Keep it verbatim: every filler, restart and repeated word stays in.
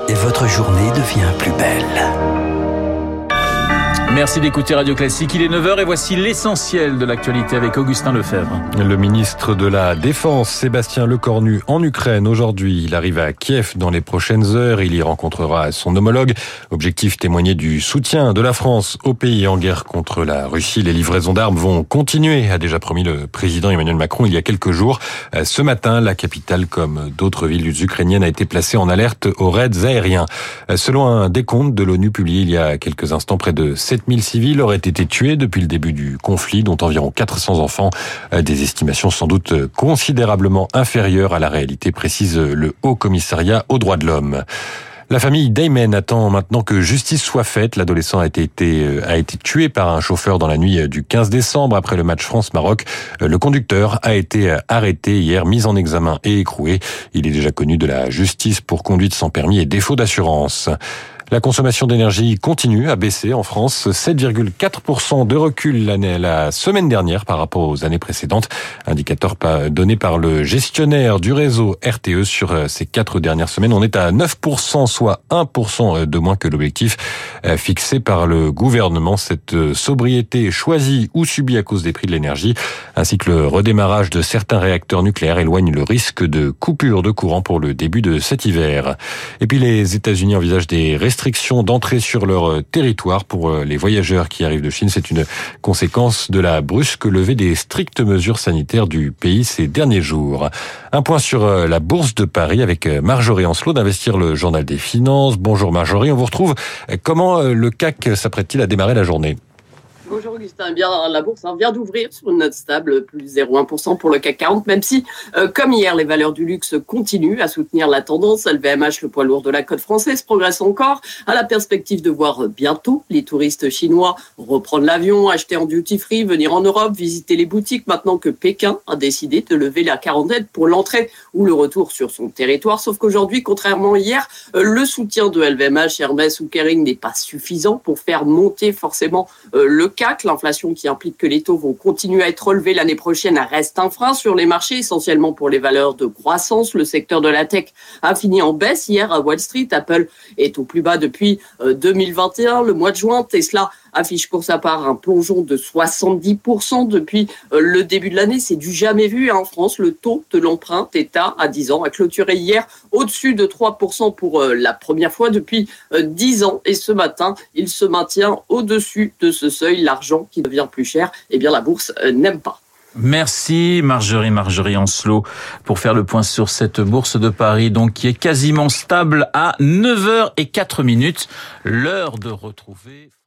et votre journée devient plus belle. Merci d'écouter Radio Classique. Il est neuf heures et voici l'essentiel de l'actualité avec Augustin Lefebvre. Le ministre de la Défense, Sébastien Lecornu, en Ukraine aujourd'hui. Il arrive à Kiev dans les prochaines heures. Il y rencontrera son homologue. Objectif, témoigner du soutien de la France au pays en guerre contre la Russie. Les livraisons d'armes vont continuer, a déjà promis le président Emmanuel Macron il y a quelques jours. Ce matin, la capitale, comme d'autres villes ukrainiennes, a été placée en alerte aux raids aériens. Selon un décompte de l'ONU publié il y a quelques instants, près de sept mille civils auraient été tués depuis le début du conflit, dont environ quatre cents enfants. Des estimations sans doute considérablement inférieures à la réalité, précise le Haut Commissariat aux droits de l'homme. La famille Daymen attend maintenant que justice soit faite. L'adolescent a été, été, a été tué par un chauffeur dans la nuit du quinze décembre après le match France-Maroc. Le conducteur a été arrêté hier, mis en examen et écroué. Il est déjà connu de la justice pour conduite sans permis et défaut d'assurance. La consommation d'énergie continue à baisser en France, sept virgule quatre pour cent de recul l'année, la semaine dernière par rapport aux années précédentes. Indicateur donné par le gestionnaire du réseau R T E sur ces quatre dernières semaines. On est à neuf pour cent, soit un pour cent de moins que l'objectif fixé par le gouvernement. Cette sobriété choisie ou subie à cause des prix de l'énergie, ainsi que le redémarrage de certains réacteurs nucléaires éloigne le risque de coupure de courant pour le début de cet hiver. Et puis les États-Unis envisagent des restrictions restrictions d'entrée sur leur territoire pour les voyageurs qui arrivent de Chine. C'est une conséquence de la brusque levée des strictes mesures sanitaires du pays ces derniers jours. Un point sur la Bourse de Paris avec Marjorie Ancelot d'Investir, le journal des finances. Bonjour Marjorie, on vous retrouve. Comment le C A C s'apprête-t-il à démarrer la journée ? Bonjour Augustin, bien, la bourse hein, vient d'ouvrir sur une note stable, plus zéro virgule un pour cent pour le C A C quarante, même si, euh, comme hier, les valeurs du luxe continuent à soutenir la tendance. L V M H, le poids lourd de la côte française, progresse encore à la perspective de voir bientôt les touristes chinois reprendre l'avion, acheter en duty-free, venir en Europe, visiter les boutiques, maintenant que Pékin a décidé de lever la quarantaine pour l'entrée ou le retour sur son territoire. Sauf qu'aujourd'hui, contrairement à hier, euh, le soutien de L V M H, Hermès ou Kering n'est pas suffisant pour faire monter forcément euh, le C A C. L'inflation qui implique que les taux vont continuer à être relevés l'année prochaine reste un frein sur les marchés, essentiellement pour les valeurs de croissance. Le secteur de la tech a fini en baisse hier à Wall Street. Apple est au plus bas depuis deux mille vingt et un. Le mois de juin, Tesla affiche pour sa part un plongeon de soixante-dix pour cent depuis le début de l'année. C'est du jamais vu en France. Le taux de l'empreinte État à dix ans a clôturé hier au-dessus de trois pour cent pour la première fois depuis dix ans. Et ce matin, il se maintient au-dessus de ce seuil. L'argent qui devient plus cher, eh bien la bourse n'aime pas. Merci Marjorie, Marjorie Ancelot, pour faire le point sur cette bourse de Paris, donc qui est quasiment stable à neuf heures zéro quatre minutes. L'heure de retrouver...